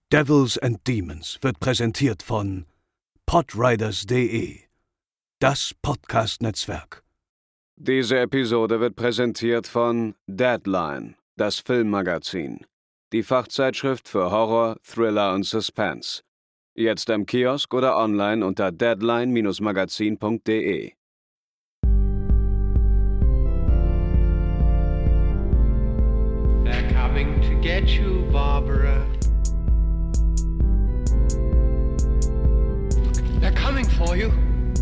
Devils and Demons wird präsentiert von podriders.de, das Podcast-Netzwerk. Diese Episode wird präsentiert von Deadline, das Filmmagazin. Die Fachzeitschrift für Horror, Thriller und Suspense. Jetzt im Kiosk oder online unter deadline-magazin.de. They're coming to get you, Barbara. They're coming for you.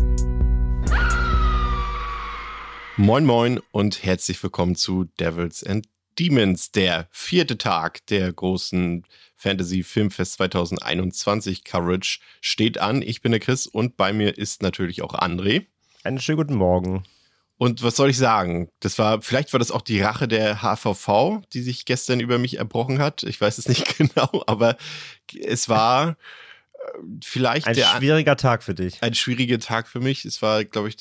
Moin Moin und herzlich willkommen zu Devils and Demons, der 4. Tag der großen Fantasy Filmfest 2021 Coverage steht an. Ich bin der Chris und bei mir ist natürlich auch André. Einen schönen guten Morgen. Und was soll ich sagen? Vielleicht war das auch die Rache der HVV, die sich gestern über mich erbrochen hat. Ich weiß es nicht genau, aber es war vielleicht ein schwieriger Tag für dich. Ein schwieriger Tag für mich. Es war, glaube ich,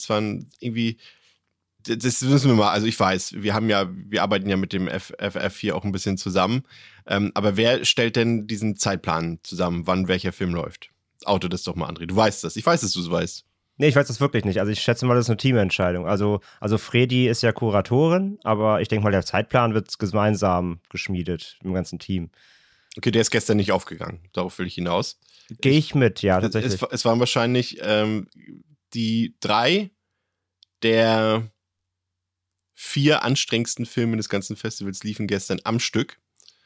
das müssen wir mal, also ich weiß, wir arbeiten ja mit dem FF hier auch ein bisschen zusammen. Aber wer stellt denn diesen Zeitplan zusammen, wann welcher Film läuft? Auto das doch mal, André. Du weißt das. Ich weiß, dass du es weißt. Nee, ich weiß das wirklich nicht. Also ich schätze mal, das ist eine Teamentscheidung. Also Fredi ist ja Kuratorin, aber ich denke mal, der Zeitplan wird gemeinsam geschmiedet im ganzen Team. Okay, der ist gestern nicht aufgegangen. Darauf will ich hinaus. Gehe ich mit, ja, tatsächlich. Es waren wahrscheinlich die 3 der 4 anstrengendsten Filme des ganzen Festivals liefen gestern am Stück.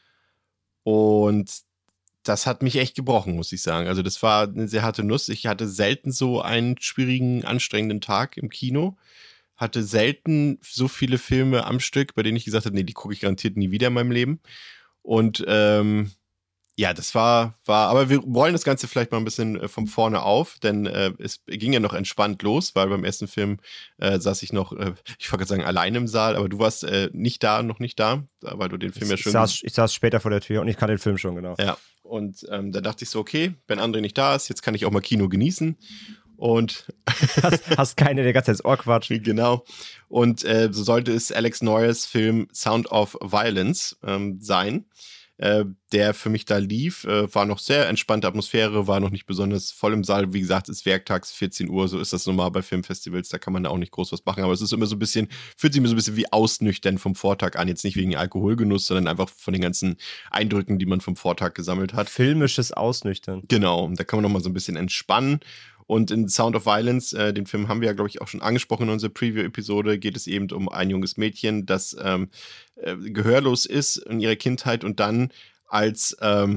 Und das hat mich echt gebrochen, muss ich sagen. Also das war eine sehr harte Nuss. Ich hatte selten so einen schwierigen, anstrengenden Tag im Kino. Hatte selten so viele Filme am Stück, bei denen ich gesagt habe, nee, die gucke ich garantiert nie wieder in meinem Leben. Und ja, das war, aber wir wollen das Ganze vielleicht mal ein bisschen von vorne auf, denn es ging ja noch entspannt los, weil beim ersten Film saß ich noch, ich wollte gerade sagen, alleine im Saal, aber du warst noch nicht da, weil du den Film Ich saß später vor der Tür und ich kannte den Film schon, genau. Ja, und da dachte ich so, okay, wenn André nicht da ist, jetzt kann ich auch mal Kino genießen. Und hast keine, der ganze ins Ohr quatschen. Genau. Und so sollte es Alex Noyes Film Sound of Violence sein. Der für mich da lief, war noch sehr entspannte Atmosphäre, war noch nicht besonders voll im Saal. Wie gesagt, es ist werktags 14 Uhr, so ist das normal bei Filmfestivals, da kann man da auch nicht groß was machen, aber es ist immer so ein bisschen, fühlt sich immer so ein bisschen wie ausnüchtern vom Vortag an, jetzt nicht wegen Alkoholgenuss, sondern einfach von den ganzen Eindrücken, die man vom Vortag gesammelt hat. Filmisches Ausnüchtern. Genau, da kann man noch mal so ein bisschen entspannen. Und in Sound of Violence, den Film haben wir ja, glaube ich, auch schon angesprochen in unserer Preview-Episode, geht es eben um ein junges Mädchen, das gehörlos ist in ihrer Kindheit und dann, als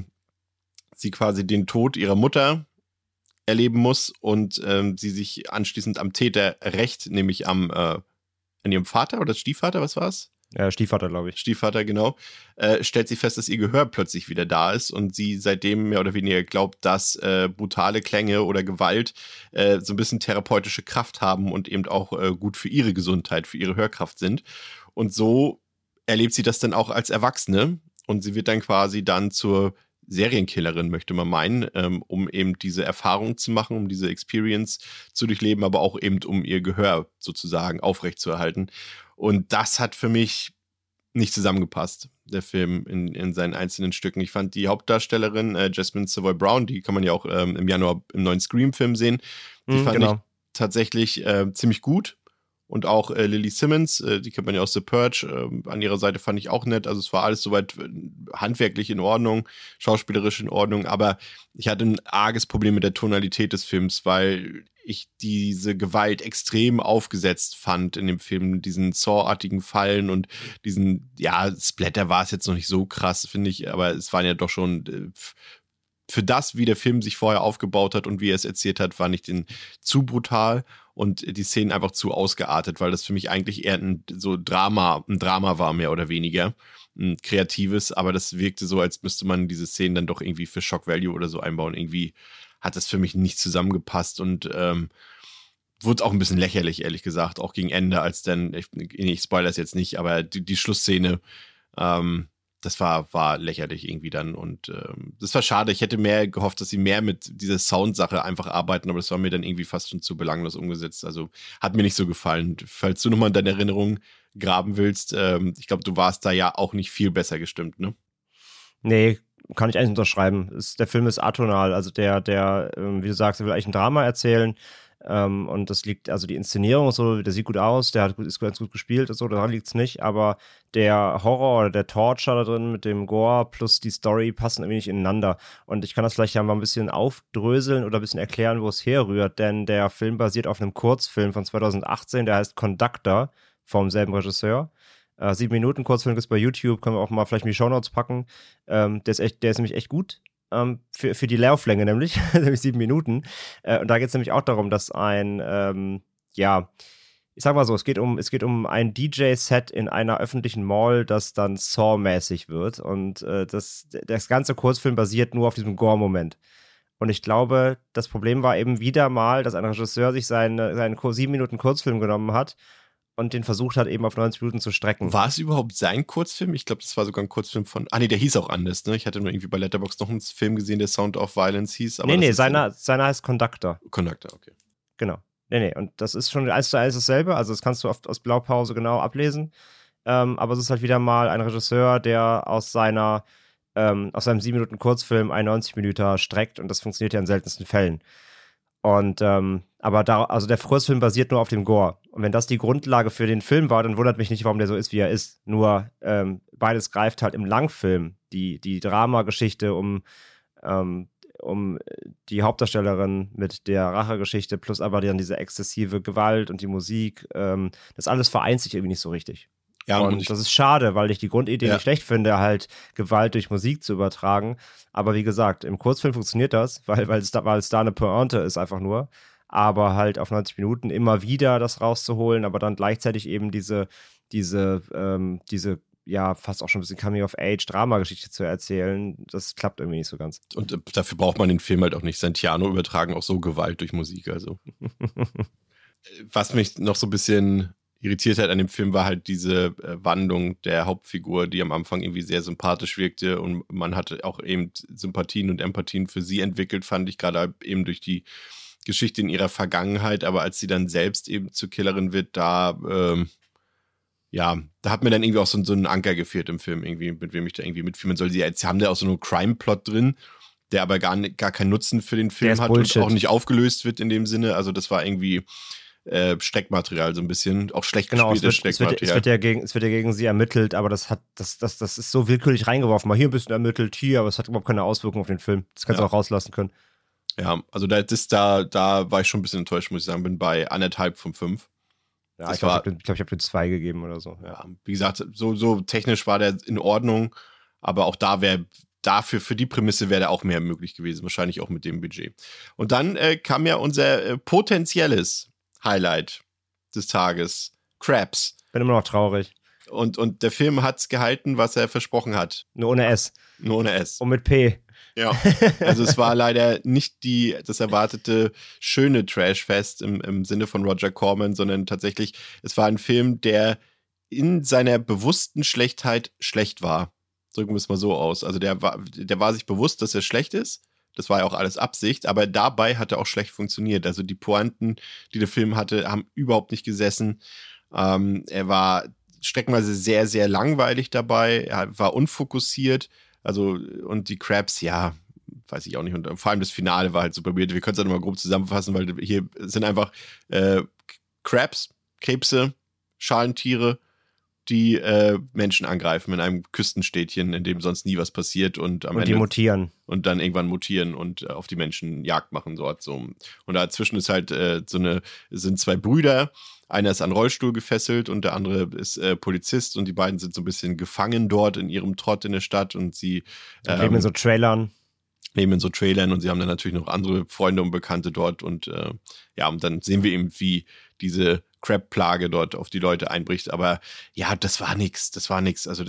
sie quasi den Tod ihrer Mutter erleben muss und sie sich anschließend am Täter rächt, nämlich an ihrem Vater oder Stiefvater, was war's? Stiefvater, glaube ich. Stiefvater, genau. Stellt sie fest, dass ihr Gehör plötzlich wieder da ist und sie seitdem mehr oder weniger glaubt, dass brutale Klänge oder Gewalt so ein bisschen therapeutische Kraft haben und eben auch gut für ihre Gesundheit, für ihre Hörkraft sind. Und so erlebt sie das dann auch als Erwachsene und sie wird dann quasi zur Serienkillerin, möchte man meinen, um eben diese Erfahrung zu machen, um diese Experience zu durchleben, aber auch eben um ihr Gehör sozusagen aufrechtzuerhalten. Und das hat für mich nicht zusammengepasst, der Film in seinen einzelnen Stücken. Ich fand die Hauptdarstellerin, Jasmine Savoy Brown, die kann man ja auch im Januar im neuen Scream-Film sehen, die fand ich tatsächlich ziemlich gut. Und auch Lily Simmons, die kennt man ja aus The Purge, an ihrer Seite fand ich auch nett. Also es war alles soweit handwerklich in Ordnung, schauspielerisch in Ordnung, aber ich hatte ein arges Problem mit der Tonalität des Films, weil ich diese Gewalt extrem aufgesetzt fand in dem Film, diesen Saw-artigen Fallen und diesen, ja, Splatter war es jetzt noch nicht so krass, finde ich, aber es waren ja doch schon für das, wie der Film sich vorher aufgebaut hat und wie er es erzählt hat, fand ich den zu brutal und die Szenen einfach zu ausgeartet, weil das für mich eigentlich eher ein Drama war, mehr oder weniger. Ein kreatives, aber das wirkte so, als müsste man diese Szenen dann doch irgendwie für Shock Value oder so einbauen. Irgendwie hat das für mich nicht zusammengepasst und wurde auch ein bisschen lächerlich, ehrlich gesagt, auch gegen Ende, als dann, ich spoilere es jetzt nicht, aber die Schlussszene, das war lächerlich irgendwie dann und das war schade. Ich hätte mehr gehofft, dass sie mehr mit dieser Soundsache einfach arbeiten, aber das war mir dann irgendwie fast schon zu belanglos umgesetzt. Also hat mir nicht so gefallen. Falls du nochmal in deine Erinnerung graben willst, ich glaube, du warst da ja auch nicht viel besser gestimmt, ne? Nee, kann ich eigentlich unterschreiben. Der Film ist atonal, also der wie du sagst, der will eigentlich ein Drama erzählen. Und das liegt, also die Inszenierung und so, der sieht gut aus, ist ganz gut gespielt und so, daran liegt es nicht, aber der Horror oder der Torture da drin mit dem Gore plus die Story passen irgendwie nicht ineinander. Und ich kann das vielleicht ja mal ein bisschen aufdröseln oder ein bisschen erklären, wo es herrührt, denn der Film basiert auf einem Kurzfilm von 2018, der heißt Conductor, vom selben Regisseur. 7 Minuten Kurzfilm ist bei YouTube, können wir auch mal vielleicht in die Shownotes packen. Der ist nämlich echt gut. Für die Lauflänge nämlich 7 Minuten. Und da geht es nämlich auch darum, dass ich sag mal so, es geht um ein DJ-Set in einer öffentlichen Mall, das dann Saw-mäßig wird. Und das ganze Kurzfilm basiert nur auf diesem Gore-Moment. Und ich glaube, das Problem war eben wieder mal, dass ein Regisseur sich seinen 7 Minuten Kurzfilm genommen hat und den versucht hat, eben auf 90 Minuten zu strecken. War es überhaupt sein Kurzfilm? Ich glaube, das war sogar ein Kurzfilm von... der hieß auch anders, ne? Ich hatte nur irgendwie bei Letterboxd noch einen Film gesehen, der Sound of Violence hieß. Aber seiner heißt Conductor. Conductor, okay. Genau. Und das ist schon 1:1 dasselbe, also das kannst du oft aus Blaupause genau ablesen. Aber es ist halt wieder mal ein Regisseur, der aus seinem 7 Minuten Kurzfilm einen 90 Minuten streckt und das funktioniert ja in seltensten Fällen. Und also der Kurzfilm basiert nur auf dem Gore. Und wenn das die Grundlage für den Film war, dann wundert mich nicht, warum der so ist, wie er ist. Nur beides greift halt im Langfilm die Dramageschichte um die Hauptdarstellerin mit der Rachegeschichte plus aber dann diese exzessive Gewalt und die Musik. Das alles vereint sich irgendwie nicht so richtig. Ja, und das ist schade, weil ich die Grundidee nicht schlecht finde, halt Gewalt durch Musik zu übertragen. Aber wie gesagt, im Kurzfilm funktioniert das, weil es da eine Pointe ist einfach nur. Aber halt auf 90 Minuten immer wieder das rauszuholen, aber dann gleichzeitig eben diese ja, fast auch schon ein bisschen Coming-of-Age-Drama-Geschichte zu erzählen, das klappt irgendwie nicht so ganz. Und dafür braucht man den Film halt auch nicht. Santiano übertragen auch so Gewalt durch Musik, also. Was mich noch so ein bisschen irritiert hat an dem Film, war halt diese Wandlung der Hauptfigur, die am Anfang irgendwie sehr sympathisch wirkte und man hatte auch eben Sympathien und Empathien für sie entwickelt, fand ich, gerade eben durch die Geschichte in ihrer Vergangenheit, aber als sie dann selbst eben zur Killerin wird, da hat mir dann irgendwie auch so einen Anker gefehlt im Film, irgendwie, mit wem ich da irgendwie mitfühlen soll. Sie haben da auch so einen Crime-Plot drin, der aber gar keinen Nutzen für den Film hat Bullshit. Und auch nicht aufgelöst wird in dem Sinne. Also das war irgendwie Steckmaterial so ein bisschen, auch schlecht gespieltes Steckmaterial. Es wird ja gegen sie ermittelt, aber das ist so willkürlich reingeworfen. Mal hier ein bisschen ermittelt, hier, aber es hat überhaupt keine Auswirkung auf den Film. Das kannst du auch rauslassen können. Ja, also da war ich schon ein bisschen enttäuscht, muss ich sagen. Bin bei 1,5 von 5. Ja, ich glaube, ich habe den 2 gegeben oder so. Ja. Wie gesagt, so technisch war der in Ordnung, aber auch da für die Prämisse wäre da auch mehr möglich gewesen, wahrscheinlich auch mit dem Budget. Und dann kam ja unser potenzielles Highlight des Tages, Crabs. Bin immer noch traurig. Und der Film hat's gehalten, was er versprochen hat. Nur ohne S. Und mit P. Ja, also es war leider nicht das erwartete schöne Trashfest im Sinne von Roger Corman, sondern tatsächlich, es war ein Film, der in seiner bewussten Schlechtheit schlecht war. Drücken wir es mal so aus. Also der war sich bewusst, dass er schlecht ist. Das war ja auch alles Absicht, aber dabei hat er auch schlecht funktioniert. Also die Pointen, die der Film hatte, haben überhaupt nicht gesessen. Er war streckenweise sehr, sehr langweilig dabei. Er war unfokussiert. Also, und die Crabs, ja, weiß ich auch nicht. Und vor allem das Finale war halt super weird. Wir können es ja nochmal grob zusammenfassen, weil hier sind einfach Crabs, Krebse, Schalentiere, die Menschen angreifen in einem Küstenstädtchen, in dem sonst nie was passiert und am Ende die mutieren. Und dann irgendwann mutieren und auf die Menschen Jagd machen dort so. Und dazwischen ist halt sind 2 Brüder. Einer ist an den Rollstuhl gefesselt und der andere ist Polizist und die beiden sind so ein bisschen gefangen dort in ihrem Trott in der Stadt und sie leben in so Trailern. Und sie haben dann natürlich noch andere Freunde und Bekannte dort und und dann sehen wir eben, wie diese Crab-Plage dort auf die Leute einbricht. Aber ja, das war nix. Also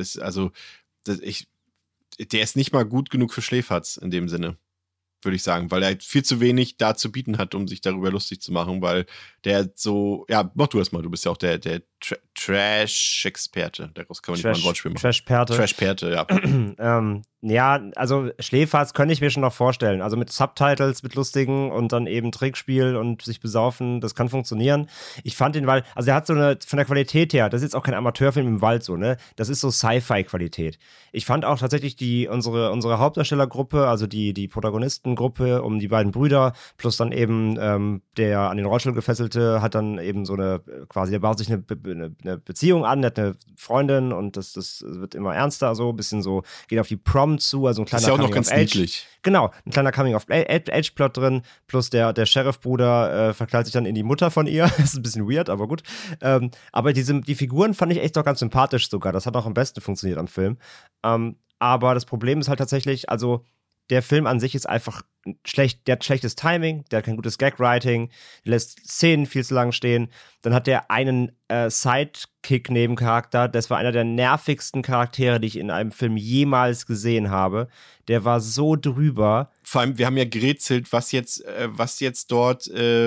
der ist nicht mal gut genug für Schläferz in dem Sinne, würde ich sagen, weil er viel zu wenig da zu bieten hat, um sich darüber lustig zu machen, weil der so, ja, mach du das mal, du bist ja auch der Trash-Experte, daraus kann man nicht mal ein Wortspiel machen. Trashperte, ja. Ja, also Schläferz könnte ich mir schon noch vorstellen. Also mit Subtitles, mit lustigen und dann eben Trickspiel und sich besaufen, das kann funktionieren. Ich fand ihn, also er hat so eine, von der Qualität her, das ist jetzt auch kein Amateurfilm im Wald so, ne? Das ist so Sci-Fi-Qualität. Ich fand auch tatsächlich unsere Hauptdarstellergruppe, also die Protagonistengruppe um die beiden Brüder, plus dann eben der an den Rollstuhl gefesselte, hat dann eben so der baut sich eine Beziehung an, der hat eine Freundin und das wird immer ernster, so ein bisschen so, geht auf die Prom zu, also ein kleiner ist ja auch noch Coming ganz of Age. niedlich. Genau, ein kleiner Coming-of-Age-Plot drin, plus der Sheriff-Bruder verkleidet sich dann in die Mutter von ihr. Das ist ein bisschen weird, aber gut. Aber die Figuren fand ich echt doch ganz sympathisch sogar. Das hat auch am besten funktioniert am Film. Aber das Problem ist halt tatsächlich, also der Film an sich ist einfach schlecht, der hat schlechtes Timing, der hat kein gutes Gag-Writing, der lässt Szenen viel zu lang stehen. Dann hat der einen Sidekick-Nebencharakter, das war einer der nervigsten Charaktere, die ich in einem Film jemals gesehen habe. Der war so drüber. Vor allem, wir haben ja gerätselt, was jetzt dort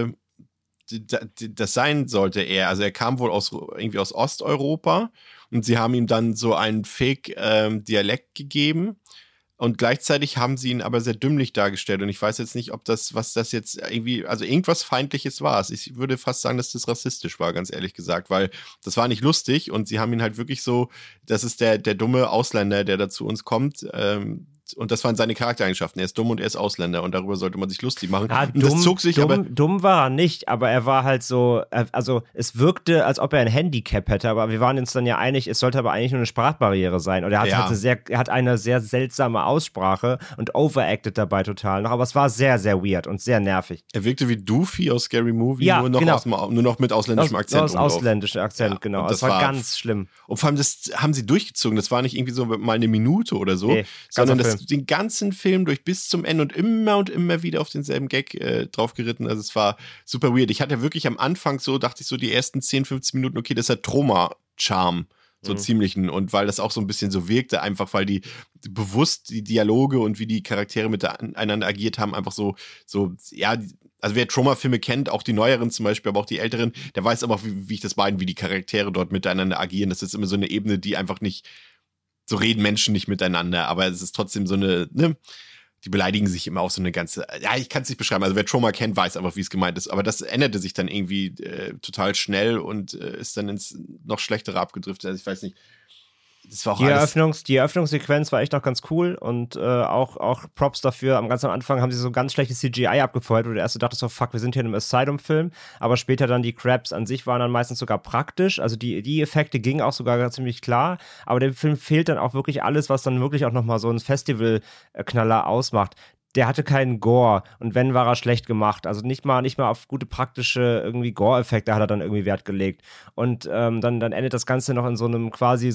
das sein sollte er. Also er kam wohl irgendwie aus Osteuropa und sie haben ihm dann so einen Fake-Dialekt gegeben. Und gleichzeitig haben sie ihn aber sehr dümmlich dargestellt. Und ich weiß jetzt nicht, was das jetzt irgendwie, also irgendwas Feindliches war. Ich würde fast sagen, dass das rassistisch war, ganz ehrlich gesagt, weil das war nicht lustig und sie haben ihn halt wirklich so, das ist der dumme Ausländer, der da zu uns kommt. Und das waren seine Charaktereigenschaften. Er ist dumm und er ist Ausländer und darüber sollte man sich lustig machen. Ja, und das zog sich dumm war er nicht, aber er war halt so, also es wirkte, als ob er ein Handicap hätte, aber wir waren uns dann ja einig, es sollte aber eigentlich nur eine Sprachbarriere sein. Und er hat eine sehr seltsame Aussprache und overacted dabei total noch, aber es war sehr, sehr weird und sehr nervig. Er wirkte wie Doofy aus Scary Movie, ja, nur noch, genau. nur noch mit ausländischem Akzent. Aus ausländischem Akzent, ja, genau. Das war ganz schlimm. Und vor allem, das haben sie durchgezogen. Das war nicht irgendwie so mal eine Minute oder so, nee, sondern den ganzen Film durch bis zum Ende und immer wieder auf denselben Gag drauf geritten. Also es war super weird. Ich hatte wirklich am Anfang dachte ich so die ersten 10, 15 Minuten, okay, das hat Troma-Charme. So ziemlichen. Und weil das auch so ein bisschen so wirkte, einfach weil die bewusst die Dialoge und wie die Charaktere miteinander agiert haben, einfach so, ja, also wer Troma-Filme kennt, auch die neueren zum Beispiel, aber auch die älteren, der weiß aber auch, wie ich das meine, wie die Charaktere dort miteinander agieren. Das ist immer so eine Ebene, die einfach nicht, so reden Menschen nicht miteinander, aber es ist trotzdem so eine, ne, die beleidigen sich immer auch so eine ganze, ja, ich kann es nicht beschreiben, also wer Troma kennt, weiß einfach, wie es gemeint ist, aber das änderte sich dann irgendwie total schnell und ist dann ins noch schlechtere abgedriftet, also ich weiß nicht, das war auch die Eröffnungssequenz war echt noch ganz cool und auch Props dafür. Ganz am Anfang haben sie so ganz schlechtes CGI abgefeuert, wo du erst dachtest, so fuck, wir sind hier in einem Asylum-Film, aber später dann die Crabs an sich waren dann meistens sogar praktisch, also die Effekte gingen auch sogar ziemlich klar, aber dem Film fehlt dann auch wirklich alles, was dann wirklich auch nochmal so ein Festival-Knaller ausmacht. Der hatte keinen Gore und wenn, war er schlecht gemacht. Also nicht mal auf gute praktische irgendwie Gore-Effekte hat er dann irgendwie Wert gelegt. Und dann endet das Ganze noch in so einem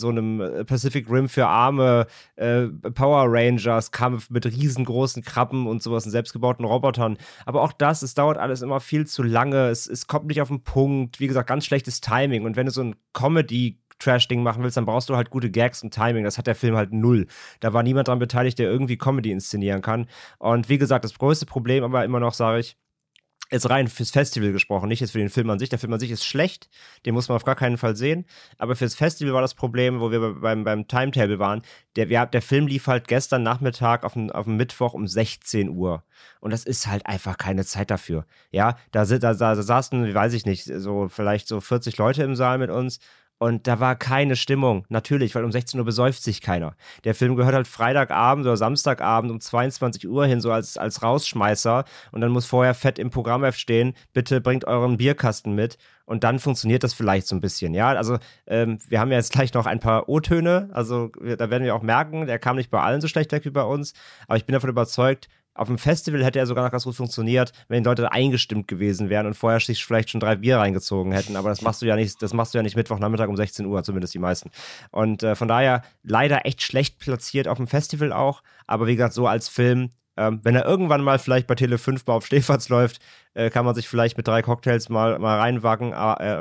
Pacific Rim für arme Power Rangers Kampf mit riesengroßen Krabben und sowas und selbstgebauten Robotern. Aber auch es dauert alles immer viel zu lange. Es kommt nicht auf den Punkt. Wie gesagt, ganz schlechtes Timing. Und wenn du so ein Trash-Ding machen willst, dann brauchst du halt gute Gags und Timing. Das hat der Film halt null. Da war niemand dran beteiligt, der irgendwie Comedy inszenieren kann. Und wie gesagt, das größte Problem aber immer noch, sage ich, ist rein fürs Festival gesprochen, nicht jetzt für den Film an sich. Der Film an sich ist schlecht, den muss man auf gar keinen Fall sehen. Aber fürs Festival war das Problem, wo wir beim Timetable waren, der Film lief halt gestern Nachmittag auf dem Mittwoch um 16 Uhr. Und das ist halt einfach keine Zeit dafür. Ja, da saßen, weiß ich nicht, so vielleicht so 40 Leute im Saal mit uns. Und da war keine Stimmung, natürlich, weil um 16 Uhr besäuft sich keiner. Der Film gehört halt Freitagabend oder Samstagabend um 22 Uhr hin, so als Rausschmeißer. Und dann muss vorher fett im Programmheft stehen, bitte bringt euren Bierkasten mit. Und dann funktioniert das vielleicht so ein bisschen, ja. Also wir haben ja jetzt gleich noch ein paar O-Töne, also da werden wir auch merken, der kam nicht bei allen so schlecht weg wie bei uns. Aber ich bin davon überzeugt, auf dem Festival hätte er sogar noch ganz gut funktioniert, wenn die Leute eingestimmt gewesen wären und vorher sich vielleicht schon 3 Bier reingezogen hätten. Aber das machst du ja nicht Mittwochnachmittag um 16 Uhr, zumindest die meisten. Und von daher leider echt schlecht platziert auf dem Festival auch. Aber wie gesagt, so als Film, wenn er irgendwann mal vielleicht bei Tele 5 mal auf Stehplatz läuft, kann man sich vielleicht mit 3 Cocktails mal reinwagen.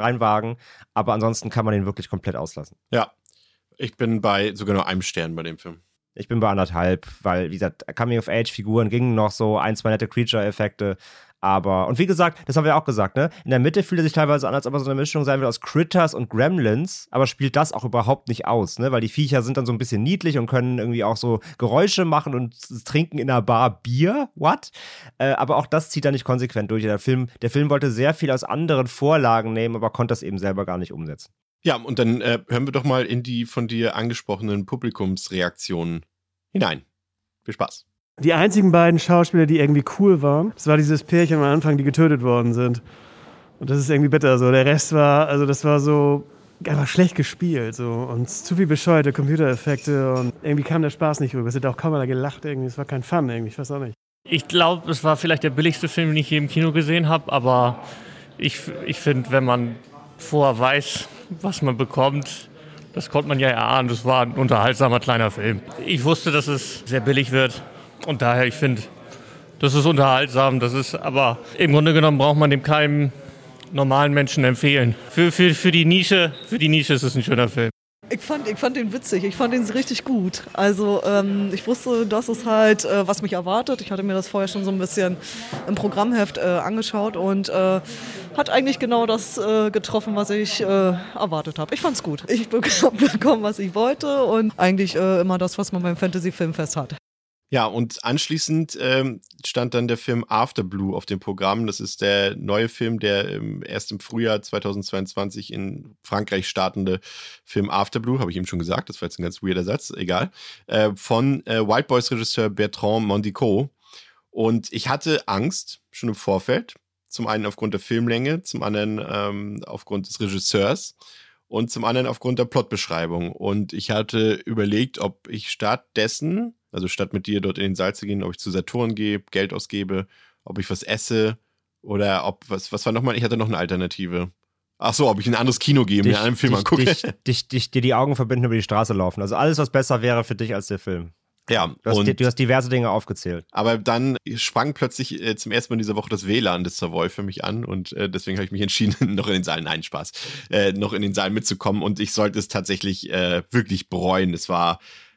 Aber ansonsten kann man den wirklich komplett auslassen. Ja, ich bin bei sogar nur einem Stern bei dem Film. Ich bin bei 1,5, weil, wie gesagt, Coming-of-Age-Figuren gingen noch so, 1, 2 nette Creature-Effekte, Aber, und wie gesagt, das haben wir auch gesagt, ne? In der Mitte fühlt er sich teilweise an, als ob er so eine Mischung sein will aus Critters und Gremlins, aber spielt das auch überhaupt nicht aus, ne? Weil die Viecher sind dann so ein bisschen niedlich und können irgendwie auch so Geräusche machen und trinken in einer Bar Bier. What? Aber auch das zieht er nicht konsequent durch. Der Film wollte sehr viel aus anderen Vorlagen nehmen, aber konnte das eben selber gar nicht umsetzen. Ja, und dann hören wir doch mal in die von dir angesprochenen Publikumsreaktionen hinein. Viel Spaß. Die einzigen beiden Schauspieler, die irgendwie cool waren, das war dieses Pärchen am Anfang, die getötet worden sind. Und das ist irgendwie bitter so. Der Rest war, also das war so einfach schlecht gespielt so und zu viel bescheuerte Computereffekte und irgendwie kam der Spaß nicht rüber. Es hat auch kaum einer gelacht irgendwie, es war kein Fun irgendwie, ich weiß auch nicht. Ich glaube, es war vielleicht der billigste Film, den ich je im Kino gesehen habe, aber ich finde, wenn man vorher weiß, was man bekommt, das konnte man ja erahnen, das war ein unterhaltsamer kleiner Film. Ich wusste, dass es sehr billig wird. Und daher, ich finde, das ist unterhaltsam, das ist, aber im Grunde genommen braucht man dem keinem normalen Menschen empfehlen. Für die Nische ist es ein schöner Film. Ich fand den witzig, ich fand den richtig gut. Also ich wusste, dass es halt, was mich erwartet. Ich hatte mir das vorher schon so ein bisschen im Programmheft angeschaut und hat eigentlich genau das getroffen, was ich erwartet habe. Ich fand's gut. Ich bekommen, was ich wollte und eigentlich immer das, was man beim Fantasy-Filmfest hat. Ja, und anschließend stand dann der Film After Blue auf dem Programm. Das ist der neue Film, der erst im Frühjahr 2022 in Frankreich startende Film After Blue, habe ich eben schon gesagt, das war jetzt ein ganz weirder Satz, egal, von White Boys Regisseur Bertrand Montecot. Und ich hatte Angst, schon im Vorfeld, zum einen aufgrund der Filmlänge, zum anderen aufgrund des Regisseurs und zum anderen aufgrund der Plotbeschreibung. Und ich hatte überlegt, ob ich stattdessen, also statt mit dir dort in den Saal zu gehen, ob ich zu Saturn gehe, Geld ausgebe, ob ich was esse oder ob, was war nochmal, ich hatte noch eine Alternative. Ach so, ob ich in ein anderes Kino gehe, mir einen Film angucke. Dir die Augen verbinden, über die Straße laufen. Also alles, was besser wäre für dich als der Film. Ja, du hast diverse Dinge aufgezählt. Aber dann sprang plötzlich zum ersten Mal in dieser Woche das WLAN des Savoy für mich an und deswegen habe ich mich entschieden, noch in den Saal, nein, Spaß, noch in den Saal mitzukommen und ich sollte es tatsächlich wirklich bereuen. Es war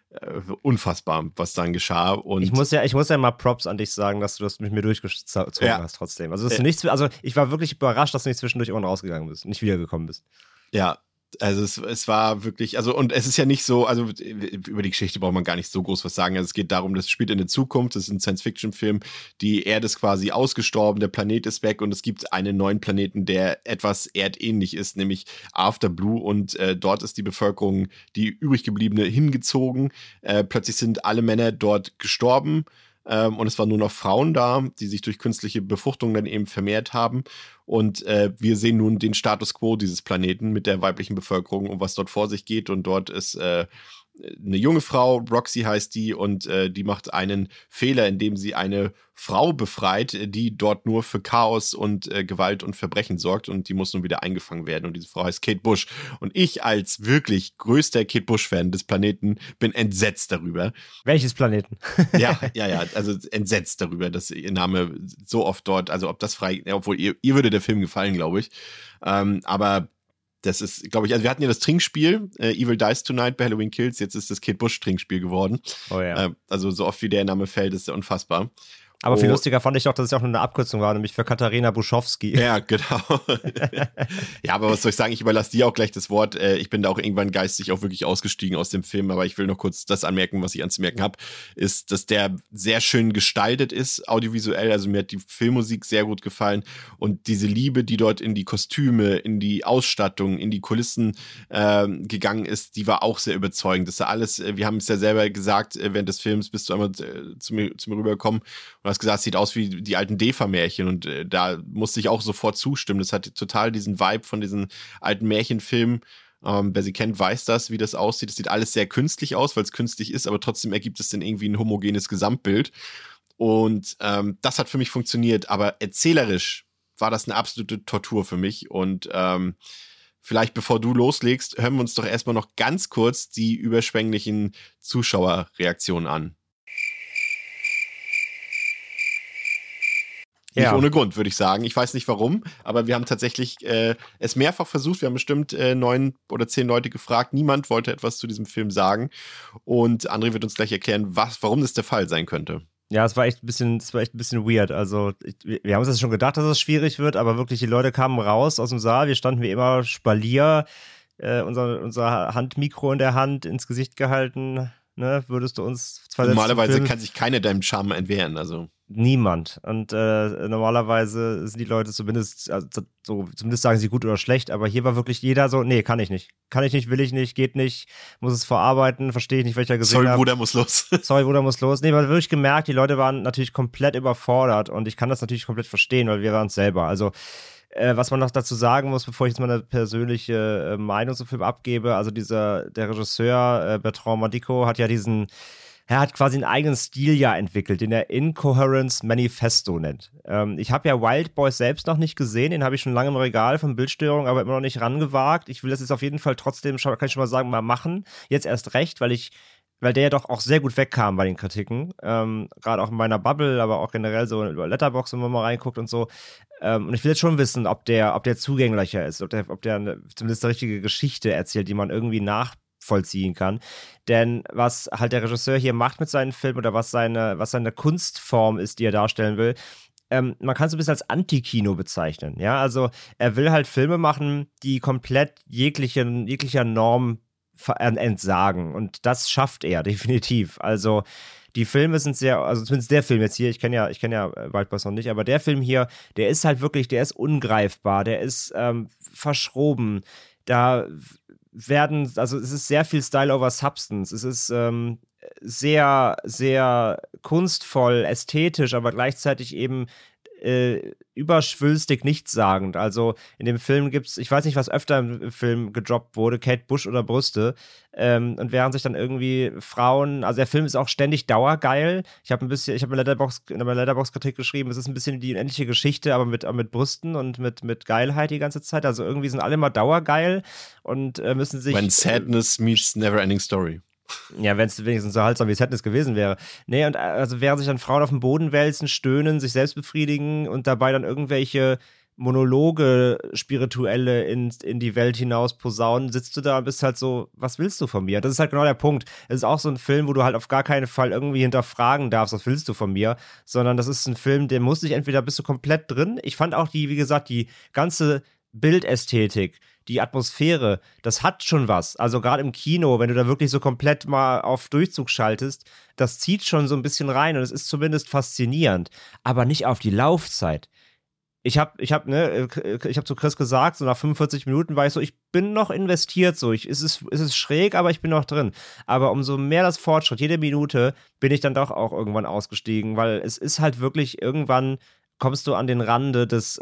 unfassbar, was dann geschah. Und ich muss ja mal Props an dich sagen, dass du das mit mir durchgezogen hast trotzdem. Also, ich war wirklich überrascht, dass du nicht zwischendurch irgendwann rausgegangen bist, nicht wiedergekommen bist. Ja, also es war wirklich, also und es ist ja nicht so, also über die Geschichte braucht man gar nicht so groß was sagen. Also es geht darum, das spielt in der Zukunft, das ist ein Science-Fiction-Film, die Erde ist quasi ausgestorben, der Planet ist weg und es gibt einen neuen Planeten, der etwas erdähnlich ist, nämlich After Blue und dort ist die Bevölkerung, die übrig gebliebene, hingezogen. Plötzlich sind alle Männer dort gestorben. Und es waren nur noch Frauen da, die sich durch künstliche Befruchtung dann eben vermehrt haben. Und wir sehen nun den Status quo dieses Planeten mit der weiblichen Bevölkerung und was dort vor sich geht. Und dort ist eine junge Frau, Roxy heißt die, und die macht einen Fehler, indem sie eine Frau befreit, die dort nur für Chaos und Gewalt und Verbrechen sorgt und die muss nun wieder eingefangen werden und diese Frau heißt Kate Bush und ich als wirklich größter Kate Bush-Fan des Planeten bin entsetzt darüber. Welches Planeten? Ja, also entsetzt darüber, dass ihr Name so oft dort, also ob das frei, obwohl ihr würde der Film gefallen, glaube ich, aber das ist, glaube ich, also wir hatten ja das Trinkspiel, Evil Dies Tonight bei Halloween Kills, jetzt ist das Kate Bush Trinkspiel geworden. Oh ja. Also so oft wie der Name fällt, ist ja unfassbar. Aber viel lustiger fand ich doch, dass es auch nur eine Abkürzung war, nämlich für Katharina Buschowski. Ja, genau. Ja, aber was soll ich sagen, ich überlasse dir auch gleich das Wort. Ich bin da auch irgendwann geistig auch wirklich ausgestiegen aus dem Film, aber ich will noch kurz das anmerken, was ich anzumerken habe, ist, dass der sehr schön gestaltet ist, audiovisuell. Also mir hat die Filmmusik sehr gut gefallen und diese Liebe, die dort in die Kostüme, in die Ausstattung, in die Kulissen gegangen ist, die war auch sehr überzeugend. Das ist ja alles, wir haben es ja selber gesagt, während des Films bist du einmal zu mir rübergekommen und hast gesagt, es sieht aus wie die alten Defa-Märchen und da musste ich auch sofort zustimmen. Das hat total diesen Vibe von diesen alten Märchenfilmen. Wer sie kennt, weiß das, wie das aussieht. Es sieht alles sehr künstlich aus, weil es künstlich ist, aber trotzdem ergibt es dann irgendwie ein homogenes Gesamtbild. Und das hat für mich funktioniert, aber erzählerisch war das eine absolute Tortur für mich und vielleicht bevor du loslegst, hören wir uns doch erstmal noch ganz kurz die überschwänglichen Zuschauerreaktionen an. Nicht ohne Grund, würde ich sagen. Ich weiß nicht warum, aber wir haben tatsächlich es mehrfach versucht. Wir haben bestimmt 9 oder 10 Leute gefragt. Niemand wollte etwas zu diesem Film sagen. Und André wird uns gleich erklären, warum das der Fall sein könnte. Ja, es war echt ein bisschen weird. Also, wir haben uns das schon gedacht, dass es schwierig wird, aber wirklich, die Leute kamen raus aus dem Saal, wir standen wie immer Spalier, unser Handmikro in der Hand ins Gesicht gehalten, ne? Würdest du uns zwei Sätze Normalerweise filmen? kann sich keiner deinem Charme entwehren, also. Niemand. Und normalerweise sind die Leute zumindest, also, zumindest sagen sie gut oder schlecht, aber hier war wirklich jeder so, nee, kann ich nicht. Kann ich nicht, will ich nicht, geht nicht, muss es verarbeiten, verstehe ich nicht, welcher gesehen habe. Sorry, Bruder, muss los. Sorry, Bruder, muss los. Nee, man hat wirklich gemerkt, die Leute waren natürlich komplett überfordert und ich kann das natürlich komplett verstehen, weil wir waren es selber. Also, was man noch dazu sagen muss, bevor ich jetzt meine persönliche Meinung zum Film abgebe, also der Regisseur Bertrand Mandico hat ja er hat quasi einen eigenen Stil ja entwickelt, den er Incoherence Manifesto nennt. Ich habe ja Wild Boys selbst noch nicht gesehen, den habe ich schon lange im Regal von Bildstörung, aber immer noch nicht rangewagt. Ich will das jetzt auf jeden Fall trotzdem, kann ich schon mal sagen, mal machen. Jetzt erst recht, weil der ja doch auch sehr gut wegkam bei den Kritiken. Gerade auch in meiner Bubble, aber auch generell so über Letterboxd, wenn man mal reinguckt und so. Und ich will jetzt schon wissen, ob der zugänglicher ist, ob der zumindest eine richtige Geschichte erzählt, die man irgendwie nachvollziehen kann. Denn was halt der Regisseur hier macht mit seinen Filmen oder was seine Kunstform ist, die er darstellen will, man kann es ein bisschen als Antikino bezeichnen. Ja, also er will halt Filme machen, die komplett jeglicher Norm entsagen. Und das schafft er definitiv. Also die Filme sind also zumindest der Film jetzt hier, ich kenne ja Wild Boys noch nicht, aber der Film hier, der ist halt wirklich, der ist ungreifbar, der ist verschroben. Also es ist sehr viel Style over Substance. Es ist sehr, sehr kunstvoll, ästhetisch, aber gleichzeitig eben überschwülstig nichtssagend. Also in dem Film gibt's, ich weiß nicht, was öfter im Film gedroppt wurde, Kate Bush oder Brüste. Und während sich dann irgendwie Frauen, also der Film ist auch ständig dauergeil. Ich habe in meiner Letterboxd-Kritik geschrieben, es ist ein bisschen die unendliche Geschichte, aber mit Brüsten und mit Geilheit die ganze Zeit. Also irgendwie sind alle immer dauergeil und müssen sich. When sadness meets never-ending story. Ja, wenn es wenigstens so haltsam wie Sadness gewesen wäre. Nee, und also während sich dann Frauen auf dem Boden wälzen, stöhnen, sich selbst befriedigen und dabei dann irgendwelche Monologe, spirituelle in die Welt hinaus posaunen, sitzt du da und bist halt so, was willst du von mir? Das ist halt genau der Punkt. Es ist auch so ein Film, wo du halt auf gar keinen Fall irgendwie hinterfragen darfst, was willst du von mir, sondern das ist ein Film, der muss dich entweder bist du komplett drin. Ich fand auch wie gesagt, die ganze Bildästhetik, die Atmosphäre, das hat schon was. Also gerade im Kino, wenn du da wirklich so komplett mal auf Durchzug schaltest, das zieht schon so ein bisschen rein und es ist zumindest faszinierend, aber nicht auf die Laufzeit. Ich hab zu Chris gesagt, so nach 45 Minuten war ich so, ich bin noch investiert, so, es ist schräg, aber ich bin noch drin. Aber umso mehr das Fortschritt, jede Minute, bin ich dann doch auch irgendwann ausgestiegen, weil es ist halt wirklich, irgendwann kommst du an den Rand des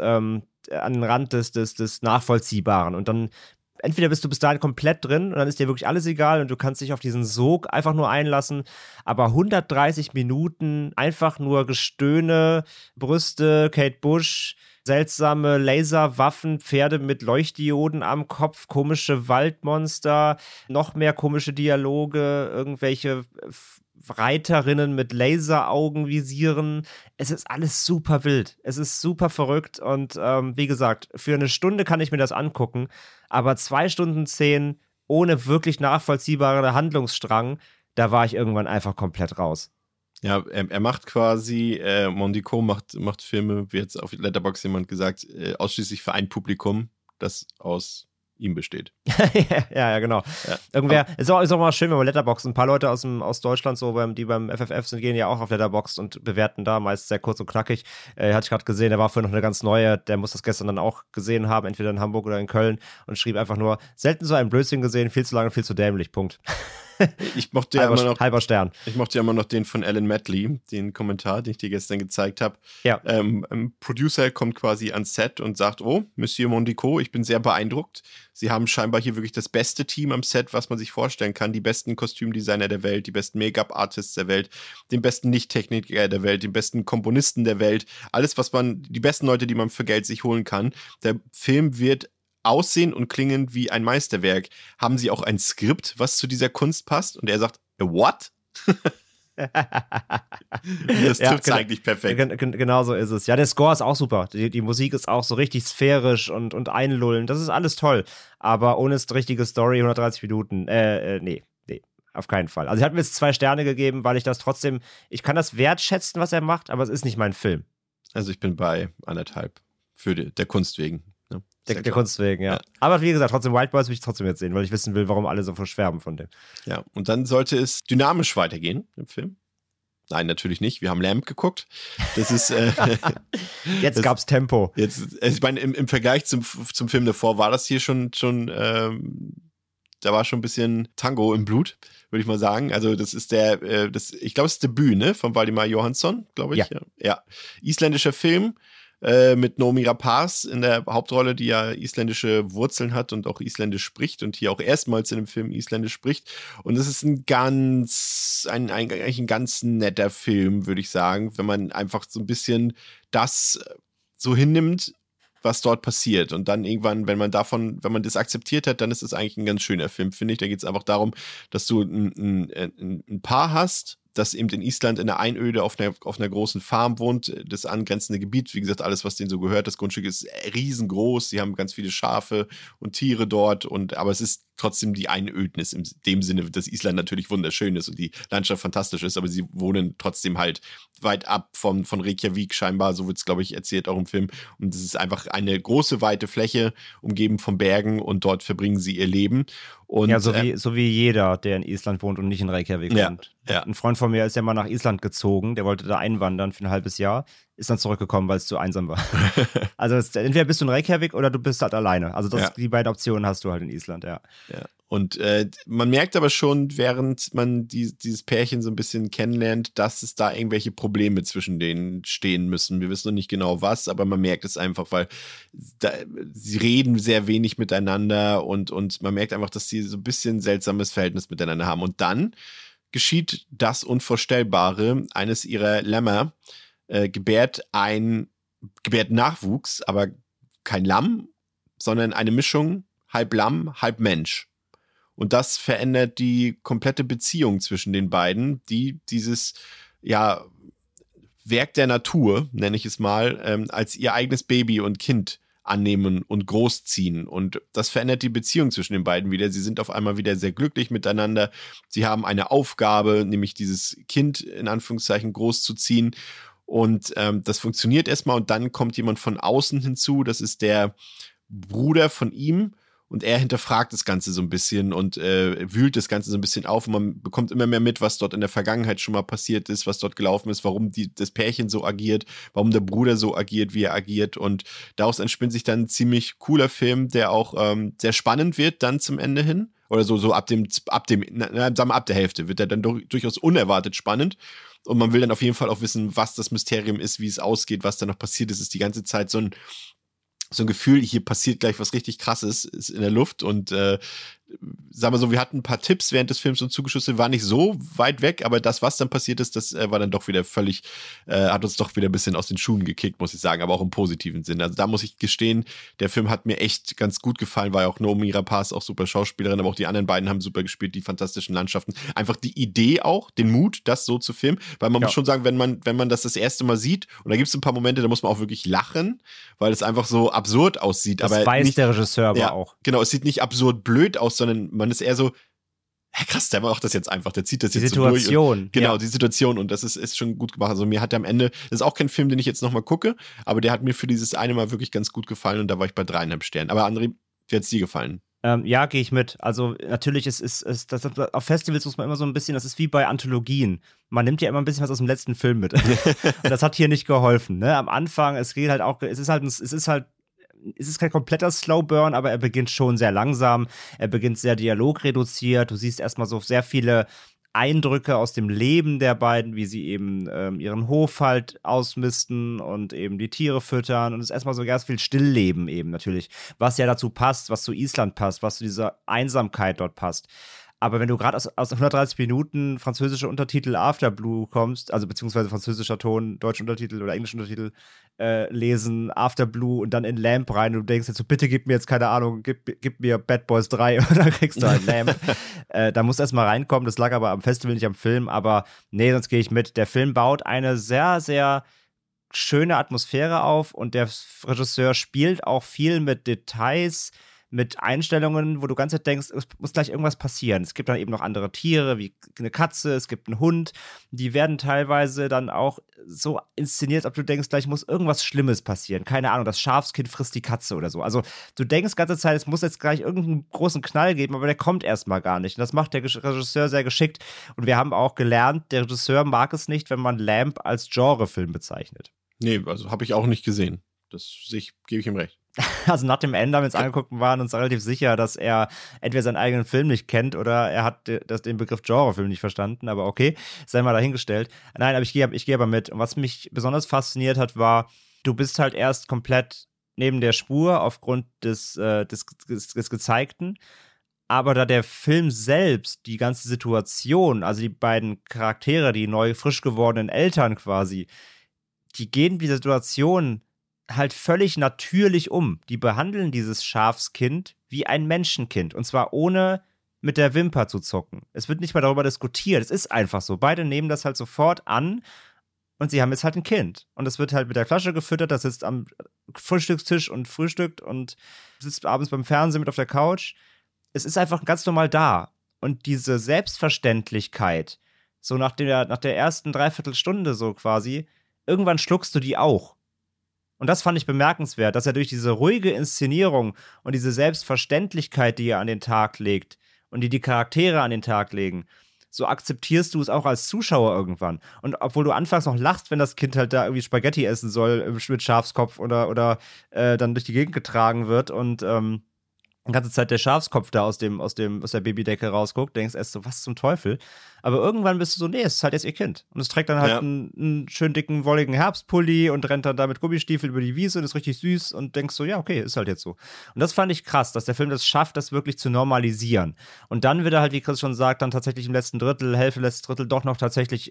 Nachvollziehbaren und dann entweder bist du bis dahin komplett drin und dann ist dir wirklich alles egal und du kannst dich auf diesen Sog einfach nur einlassen, aber 130 Minuten einfach nur Gestöhne, Brüste, Kate Bush, seltsame Laserwaffen, Pferde mit Leuchtdioden am Kopf, komische Waldmonster, noch mehr komische Dialoge, irgendwelche Reiterinnen mit Laseraugenvisieren. Es ist alles super wild. Es ist super verrückt und wie gesagt, für eine Stunde kann ich mir das angucken, aber 2 Stunden 10 ohne wirklich nachvollziehbaren Handlungsstrang, da war ich irgendwann einfach komplett raus. Ja, er macht quasi, Mandico macht Filme, wie jetzt auf Letterboxd jemand gesagt, ausschließlich für ein Publikum, das aus ihm besteht. ja, genau. Ja. Irgendwer, ist auch mal schön, wenn man Letterboxd, ein paar Leute aus Deutschland, so die beim FFF sind, gehen ja auch auf Letterboxd und bewerten da meist sehr kurz und knackig. Hatte ich gerade gesehen, der war vorhin noch eine ganz neue, der muss das gestern dann auch gesehen haben, entweder in Hamburg oder in Köln und schrieb einfach nur, selten so einen Blödsinn gesehen, viel zu lange, viel zu dämlich, Punkt. Ich mochte ja halber Stern. Ich mochte ja immer noch den von Alan Medley, den Kommentar, den ich dir gestern gezeigt habe. Ja. Ein Producer kommt quasi ans Set und sagt, oh, Monsieur Mandico, ich bin sehr beeindruckt. Sie haben scheinbar hier wirklich das beste Team am Set, was man sich vorstellen kann. Die besten Kostümdesigner der Welt, die besten Make-up-Artists der Welt, den besten Nicht-Techniker der Welt, den besten Komponisten der Welt. Alles, die besten Leute, die man für Geld sich holen kann. Der Film wird aussehen und klingen wie ein Meisterwerk. Haben Sie auch ein Skript, was zu dieser Kunst passt? Und er sagt, what? Das trifft es eigentlich perfekt. Genau so ist es. Ja, der Score ist auch super. Die Musik ist auch so richtig sphärisch und einlullend. Das ist alles toll. Aber ohne richtige Story, 130 Minuten. Nee. auf keinen Fall. Also ich habe mir jetzt 2 Sterne gegeben, weil ich das trotzdem, ich kann das wertschätzen, was er macht, aber es ist nicht mein Film. Also ich bin bei 1,5 für der Kunst wegen. Ne? Der Kunst wegen, ja. Aber wie gesagt, trotzdem Wild Boys will ich trotzdem jetzt sehen, weil ich wissen will, warum alle so verschwärmen von dem. Ja, und dann sollte es dynamisch weitergehen im Film. Nein, natürlich nicht. Wir haben Lamp geguckt. Das ist jetzt gab's Tempo. Ich meine, im Vergleich zum Film davor war das hier schon da war schon ein bisschen Tango im Blut, würde ich mal sagen. Also das ist ich glaube, es ist Debüt, ne, von Waldemar Johansson, glaube ich. Ja. Isländischer Film mit Noomi Rapace in der Hauptrolle, die ja isländische Wurzeln hat und auch Isländisch spricht und hier auch erstmals in dem Film Isländisch spricht. Und es ist eigentlich ein ganz netter Film, würde ich sagen, wenn man einfach so ein bisschen das so hinnimmt, was dort passiert. Und dann irgendwann, wenn man das akzeptiert hat, dann ist es eigentlich ein ganz schöner Film, finde ich. Da geht es einfach darum, dass du ein Paar hast, das eben in Island in einer Einöde auf einer großen Farm wohnt, das angrenzende Gebiet, wie gesagt, alles, was denen so gehört, das Grundstück ist riesengroß, sie haben ganz viele Schafe und Tiere dort, aber es ist trotzdem die Einödnis in dem Sinne, dass Island natürlich wunderschön ist und die Landschaft fantastisch ist, aber sie wohnen trotzdem halt weit ab von Reykjavik scheinbar, so wird es, glaube ich, erzählt auch im Film, und es ist einfach eine große, weite Fläche, umgeben von Bergen, und dort verbringen sie ihr Leben. Und, ja, so wie jeder, der in Island wohnt und nicht in Reykjavik wohnt. Ja. Ein Freund von mir ist ja mal nach Island gezogen, der wollte da einwandern für ein halbes Jahr, ist dann zurückgekommen, weil es zu einsam war. Also entweder bist du in Reykjavik oder du bist halt alleine. Also die beiden Optionen hast du halt in Island, ja. Und man merkt aber schon, während man dieses Pärchen so ein bisschen kennenlernt, dass es da irgendwelche Probleme zwischen denen stehen müssen. Wir wissen noch nicht genau was, aber man merkt es einfach, weil sie reden sehr wenig miteinander und man merkt einfach, dass sie so ein bisschen seltsames Verhältnis miteinander haben. Und dann geschieht das Unvorstellbare. Eines ihrer Lämmer gebärt Nachwuchs, aber kein Lamm, sondern eine Mischung, halb Lamm, halb Mensch. Und das verändert die komplette Beziehung zwischen den beiden, die dieses Werk der Natur, nenne ich es mal, als ihr eigenes Baby und Kind annehmen und großziehen. Und das verändert die Beziehung zwischen den beiden wieder. Sie sind auf einmal wieder sehr glücklich miteinander. Sie haben eine Aufgabe, nämlich dieses Kind in Anführungszeichen großzuziehen. Und das funktioniert erstmal, und dann kommt jemand von außen hinzu. Das ist der Bruder von ihm. Und er hinterfragt das Ganze so ein bisschen und wühlt das Ganze so ein bisschen auf. Und man bekommt immer mehr mit, was dort in der Vergangenheit schon mal passiert ist, was dort gelaufen ist, warum das Pärchen so agiert, warum der Bruder so agiert, wie er agiert. Und daraus entspinnt sich dann ein ziemlich cooler Film, der auch sehr spannend wird dann zum Ende hin. Oder so ab der Hälfte wird er dann durchaus unerwartet spannend. Und man will dann auf jeden Fall auch wissen, was das Mysterium ist, wie es ausgeht, was da noch passiert ist. Es ist die ganze Zeit so ein Gefühl, hier passiert gleich was richtig Krasses, ist in der Luft. Und sagen wir so, wir hatten ein paar Tipps während des Films und zugeschossen, war nicht so weit weg, aber das, was dann passiert ist, das war dann doch wieder völlig, hat uns doch wieder ein bisschen aus den Schuhen gekickt, muss ich sagen, aber auch im positiven Sinne. Also da muss ich gestehen, der Film hat mir echt ganz gut gefallen, war ja auch Noomi Rapace auch super Schauspielerin, aber auch die anderen beiden haben super gespielt, die fantastischen Landschaften. Einfach die Idee auch, den Mut, das so zu filmen, weil man muss schon sagen, wenn man das erste Mal sieht, und da gibt es ein paar Momente, da muss man auch wirklich lachen, weil es einfach so absurd aussieht. Das aber weiß nicht, der Regisseur aber auch. Genau, es sieht nicht absurd blöd aus, sondern man ist eher so, krass, der macht das jetzt einfach, der zieht das jetzt so durch. Die Situation. Genau, die Situation, und das ist schon gut gemacht. Also mir hat der am Ende, das ist auch kein Film, den ich jetzt nochmal gucke, aber der hat mir für dieses eine Mal wirklich ganz gut gefallen, und da war ich bei 3,5 Sternen. Aber André, wie hat es dir gefallen? Ja, gehe ich mit. Also natürlich ist auf Festivals muss man immer so ein bisschen, das ist wie bei Anthologien. Man nimmt ja immer ein bisschen was aus dem letzten Film mit. Und das hat hier nicht geholfen. Ne? Am Anfang, es ist kein kompletter Slowburn, aber er beginnt schon sehr langsam. Er beginnt sehr dialogreduziert. Du siehst erstmal so sehr viele Eindrücke aus dem Leben der beiden, wie sie eben ihren Hof halt ausmisten und eben die Tiere füttern. Und es ist erstmal so ganz viel Stillleben eben natürlich, was ja dazu passt, was zu Island passt, was zu dieser Einsamkeit dort passt. Aber wenn du gerade aus 130 Minuten französische Untertitel Afterblue kommst, also beziehungsweise französischer Ton, deutsche Untertitel oder englische Untertitel lesen, Afterblue und dann in Lamp rein, und du denkst jetzt so, bitte gib mir jetzt, keine Ahnung, gib mir Bad Boys 3 und dann kriegst du ein Lamp. Da musst du erstmal reinkommen, das lag aber am Festival, nicht am Film, aber nee, sonst gehe ich mit. Der Film baut eine sehr, sehr schöne Atmosphäre auf, und der Regisseur spielt auch viel mit Details, mit Einstellungen, wo du ganz denkst, es muss gleich irgendwas passieren. Es gibt dann eben noch andere Tiere, wie eine Katze, es gibt einen Hund. Die werden teilweise dann auch so inszeniert, ob du denkst, gleich muss irgendwas Schlimmes passieren. Keine Ahnung, das Schafskind frisst die Katze oder so. Also du denkst die ganze Zeit, es muss jetzt gleich irgendeinen großen Knall geben, aber der kommt erstmal gar nicht. Und das macht der Regisseur sehr geschickt. Und wir haben auch gelernt, der Regisseur mag es nicht, wenn man Lamp als Genrefilm bezeichnet. Nee, also habe ich auch nicht gesehen. Gebe ich ihm recht. Also nach dem Ende haben wir uns angeguckt und waren uns relativ sicher, dass er entweder seinen eigenen Film nicht kennt oder er hat den Begriff Genrefilm nicht verstanden, aber okay, sei mal dahingestellt. Nein, aber ich gehe aber mit. Und was mich besonders fasziniert hat, war, du bist halt erst komplett neben der Spur aufgrund des Gezeigten, aber da der Film selbst, die ganze Situation, also die beiden Charaktere, die neu frisch gewordenen Eltern quasi, die gehen mit dieser Situation halt völlig natürlich um. Die behandeln dieses Schafskind wie ein Menschenkind. Und zwar ohne mit der Wimper zu zucken. Es wird nicht mal darüber diskutiert. Es ist einfach so. Beide nehmen das halt sofort an und sie haben jetzt halt ein Kind. Und es wird halt mit der Flasche gefüttert. Das sitzt am Frühstückstisch und frühstückt und sitzt abends beim Fernsehen mit auf der Couch. Es ist einfach ganz normal da. Und diese Selbstverständlichkeit, so nach der ersten Dreiviertelstunde so quasi, irgendwann schluckst du die auch. Und das fand ich bemerkenswert, dass er durch diese ruhige Inszenierung und diese Selbstverständlichkeit, die er an den Tag legt und die Charaktere an den Tag legen, so akzeptierst du es auch als Zuschauer irgendwann. Und obwohl du anfangs noch lachst, wenn das Kind halt da irgendwie Spaghetti essen soll mit Schafskopf oder dann durch die Gegend getragen wird und die ganze Zeit der Schafskopf da aus der Babydecke rausguckt, denkst erst so, was zum Teufel? Aber irgendwann bist du so, nee, es ist halt jetzt ihr Kind. Und es trägt dann halt einen schön dicken, wolligen Herbstpulli und rennt dann da mit Gummistiefel über die Wiese und ist richtig süß und denkst so, ja, okay, ist halt jetzt so. Und das fand ich krass, dass der Film das schafft, das wirklich zu normalisieren. Und dann wird er halt, wie Chris schon sagt, dann tatsächlich im letzten Drittel doch noch tatsächlich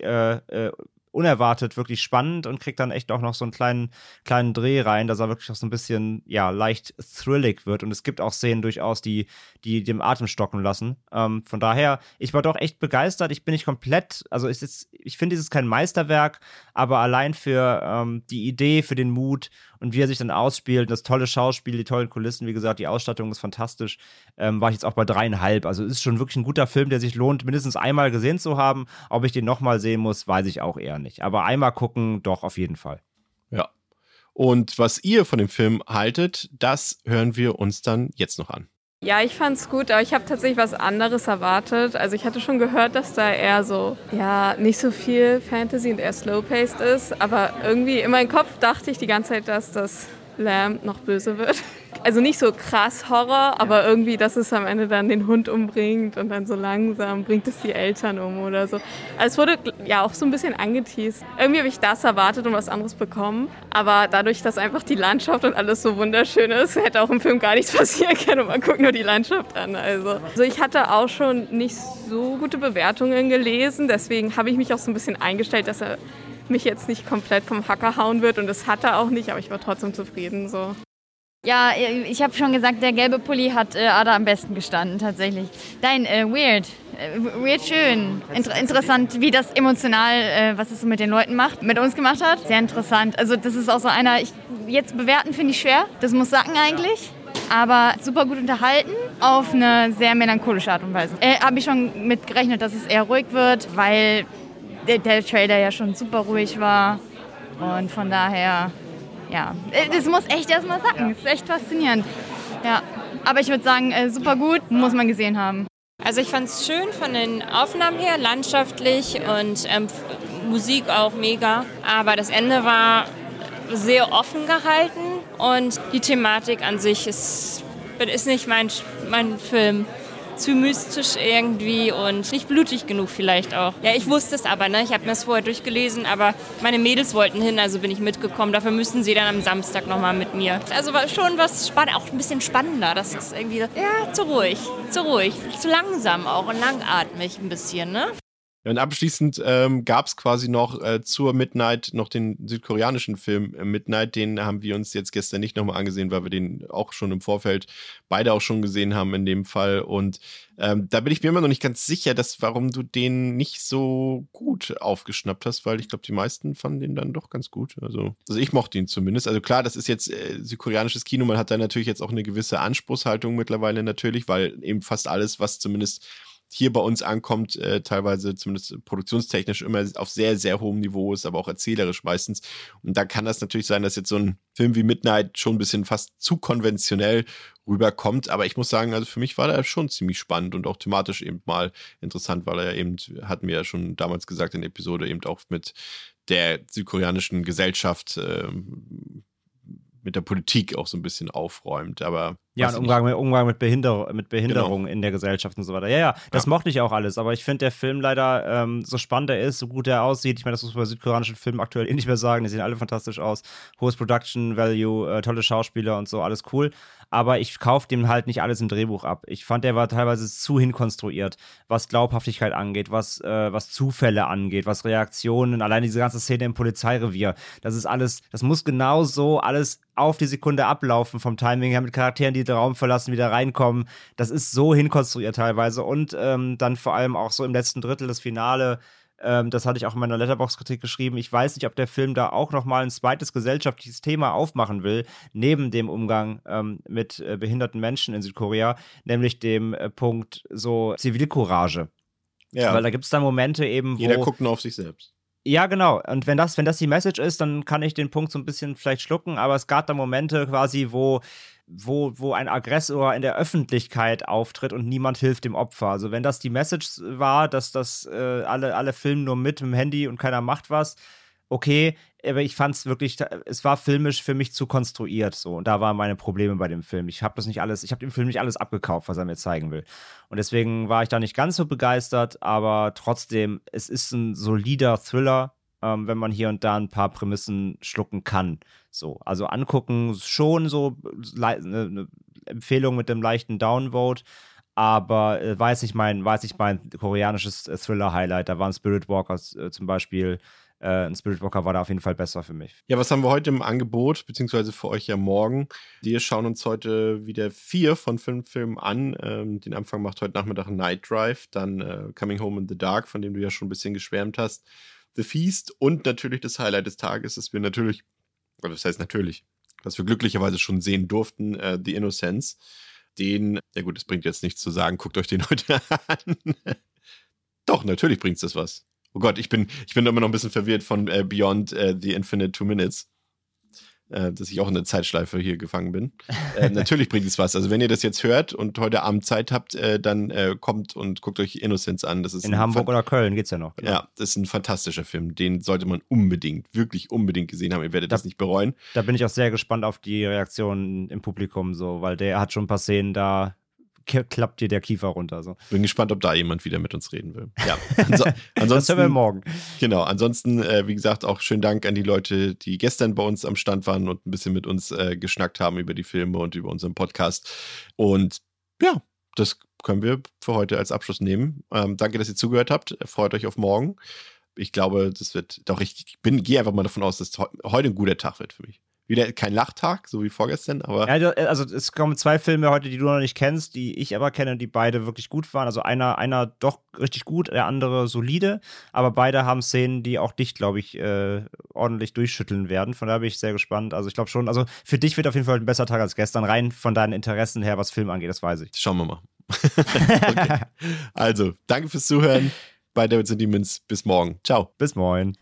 unerwartet wirklich spannend und kriegt dann echt auch noch so einen kleinen Dreh rein, dass er wirklich auch so ein bisschen, ja, leicht thrillig wird. Und es gibt auch Szenen durchaus, die dem Atem stocken lassen. Von daher, ich war doch echt begeistert. Ich bin nicht komplett, also ich finde, es ist kein Meisterwerk, aber allein für die Idee, für den Mut und wie er sich dann ausspielt, das tolle Schauspiel, die tollen Kulissen, wie gesagt, die Ausstattung ist fantastisch, war ich jetzt auch bei 3,5. Also es ist schon wirklich ein guter Film, der sich lohnt, mindestens einmal gesehen zu haben. Ob ich den nochmal sehen muss, weiß ich auch eher nicht. Aber einmal gucken, doch, auf jeden Fall. Ja. Und was ihr von dem Film haltet, das hören wir uns dann jetzt noch an. Ja, ich fand's gut, aber ich habe tatsächlich was anderes erwartet. Also ich hatte schon gehört, dass da eher so, ja, nicht so viel Fantasy und eher slow-paced ist. Aber irgendwie in meinem Kopf dachte ich die ganze Zeit, dass das Lamb noch böse wird. Also nicht so krass Horror, aber irgendwie, dass es am Ende dann den Hund umbringt und dann so langsam bringt es die Eltern um oder so. Also es wurde ja auch so ein bisschen angeteased. Irgendwie habe ich das erwartet und was anderes bekommen. Aber dadurch, dass einfach die Landschaft und alles so wunderschön ist, hätte auch im Film gar nichts passieren können und man guckt nur die Landschaft an. Also ich hatte auch schon nicht so gute Bewertungen gelesen, deswegen habe ich mich auch so ein bisschen eingestellt, dass er mich jetzt nicht komplett vom Hacker hauen wird und das hat er auch nicht, aber ich war trotzdem zufrieden so. Ja, ich habe schon gesagt, der gelbe Pulli hat Ada am besten gestanden, tatsächlich. Nein, weird schön. Interessant, wie das emotional, was es so mit den Leuten macht, mit uns gemacht hat. Sehr interessant. Also das ist auch so einer, jetzt bewerten finde ich schwer, das muss sacken eigentlich. Aber super gut unterhalten, auf eine sehr melancholische Art und Weise. Habe ich schon mit gerechnet, dass es eher ruhig wird, weil der Trailer ja schon super ruhig war. Und von daher... Ja, das muss echt erstmal sacken. Das ist echt faszinierend. Ja, aber ich würde sagen, super gut, muss man gesehen haben. Also ich fand es schön von den Aufnahmen her, landschaftlich und Musik auch mega. Aber das Ende war sehr offen gehalten und die Thematik an sich ist nicht mein Film. Zu mystisch irgendwie und nicht blutig genug vielleicht auch. Ja, ich wusste es aber, ne? Ich habe mir das vorher durchgelesen, aber meine Mädels wollten hin, also bin ich mitgekommen. Dafür müssen sie dann am Samstag nochmal mit mir. Also war schon was spannend, auch ein bisschen spannender. Das ist irgendwie, ja, zu ruhig, zu langsam auch und langatmig ein bisschen, ne? Ja, und abschließend gab es quasi noch zur Midnight noch den südkoreanischen Film Midnight. Den haben wir uns jetzt gestern nicht nochmal angesehen, weil wir den auch schon im Vorfeld beide auch schon gesehen haben in dem Fall. Und da bin ich mir immer noch nicht ganz sicher, warum du den nicht so gut aufgeschnappt hast, weil ich glaube, die meisten fanden den dann doch ganz gut. Also ich mochte ihn zumindest. Also klar, das ist jetzt südkoreanisches Kino. Man hat da natürlich jetzt auch eine gewisse Anspruchshaltung mittlerweile natürlich, weil eben fast alles, was zumindest hier bei uns ankommt, teilweise zumindest produktionstechnisch immer auf sehr, sehr hohem Niveau ist, aber auch erzählerisch meistens. Und da kann das natürlich sein, dass jetzt so ein Film wie Midnight schon ein bisschen fast zu konventionell rüberkommt. Aber ich muss sagen, also für mich war der schon ziemlich spannend und auch thematisch eben mal interessant, weil er eben, hatten wir ja schon damals gesagt in der Episode, eben auch mit der südkoreanischen Gesellschaft mit der Politik auch so ein bisschen aufräumt, aber ja, und Umgang mit Behinderung genau. In der Gesellschaft und so weiter. Ja, das mochte ich auch alles, aber ich finde, der Film leider, so spannend er ist, so gut er aussieht, ich meine, das muss man bei südkoreanischen Filmen aktuell nicht mehr sagen, die sehen alle fantastisch aus, hohes Production Value, tolle Schauspieler und so, alles cool, aber ich kaufe dem halt nicht alles im Drehbuch ab. Ich fand, der war teilweise zu hinkonstruiert, was Glaubhaftigkeit angeht, was Zufälle angeht, was Reaktionen, allein diese ganze Szene im Polizeirevier, das ist alles, das muss genau so alles auf die Sekunde ablaufen vom Timing her mit Charakteren, die den Raum verlassen, wieder reinkommen. Das ist so hinkonstruiert teilweise und dann vor allem auch so im letzten Drittel das Finale, das hatte ich auch in meiner Letterboxd-Kritik geschrieben. Ich weiß nicht, ob der Film da auch nochmal ein zweites gesellschaftliches Thema aufmachen will, neben dem Umgang mit behinderten Menschen in Südkorea, nämlich dem Punkt so Zivilcourage. Ja. Weil da gibt es dann Momente eben, wo jeder guckt nur auf sich selbst. Ja, genau. Und wenn das die Message ist, dann kann ich den Punkt so ein bisschen vielleicht schlucken, aber es gab da Momente quasi, wo ein Aggressor in der Öffentlichkeit auftritt und niemand hilft dem Opfer. Also wenn das die Message war, dass alle filmen nur mit dem Handy und keiner macht was, okay, aber ich fand es wirklich, es war filmisch für mich zu konstruiert so und da waren meine Probleme bei dem Film. Ich habe dem Film nicht alles abgekauft, was er mir zeigen will. Und deswegen war ich da nicht ganz so begeistert, aber trotzdem, es ist ein solider Thriller, wenn man hier und da ein paar Prämissen schlucken kann. So, also angucken schon so eine Empfehlung mit dem leichten Downvote, aber war jetzt nicht mein koreanisches Thriller-Highlight. Da waren Spirit Walkers zum Beispiel. Ein Spirit Walker war da auf jeden Fall besser für mich. Ja, was haben wir heute im Angebot, beziehungsweise für euch ja morgen? Wir schauen uns heute wieder 4 von 5 Filmen an. Den Anfang macht heute Nachmittag Night Drive, dann Coming Home in the Dark, von dem du ja schon ein bisschen geschwärmt hast, The Feast und natürlich das Highlight des Tages, das wir natürlich, oder das heißt natürlich, was wir glücklicherweise schon sehen durften, The Innocents. Den, ja gut, das bringt jetzt nichts zu sagen, guckt euch den heute an. Doch, natürlich bringt es das was. Oh Gott, ich bin immer noch ein bisschen verwirrt von Beyond the Infinite 2 Minutes, dass ich auch in der Zeitschleife hier gefangen bin. Natürlich bringt es was. Also wenn ihr das jetzt hört und heute Abend Zeit habt, dann kommt und guckt euch Innocence an. Das ist in Hamburg oder Köln geht's ja noch. Genau. Ja, das ist ein fantastischer Film. Den sollte man wirklich unbedingt gesehen haben. Ihr werdet das nicht bereuen. Da bin ich auch sehr gespannt auf die Reaktionen im Publikum, so, weil der hat schon ein paar Szenen da. Klappt dir der Kiefer runter. So. Bin gespannt, ob da jemand wieder mit uns reden will. Ja. Ansonsten, das hören wir morgen. Genau, ansonsten, wie gesagt, auch schönen Dank an die Leute, die gestern bei uns am Stand waren und ein bisschen mit uns geschnackt haben über die Filme und über unseren Podcast. Und ja, das können wir für heute als Abschluss nehmen. Danke, dass ihr zugehört habt. Freut euch auf morgen. Ich glaube, das wird doch richtig. Gehe einfach mal davon aus, dass heute ein guter Tag wird für mich. Wieder kein Lachtag, so wie vorgestern, aber. Ja, also es kommen 2 Filme heute, die du noch nicht kennst, die ich aber kenne, die beide wirklich gut waren. Also einer doch richtig gut, der andere solide, aber beide haben Szenen, die auch dich, glaube ich, ordentlich durchschütteln werden. Von daher bin ich sehr gespannt. Also ich glaube schon, also für dich wird auf jeden Fall ein besserer Tag als gestern, rein von deinen Interessen her, was Film angeht, das weiß ich. Schauen wir mal. Okay. Also, danke fürs Zuhören bei Devils and Demons. Bis morgen. Ciao. Bis morgen.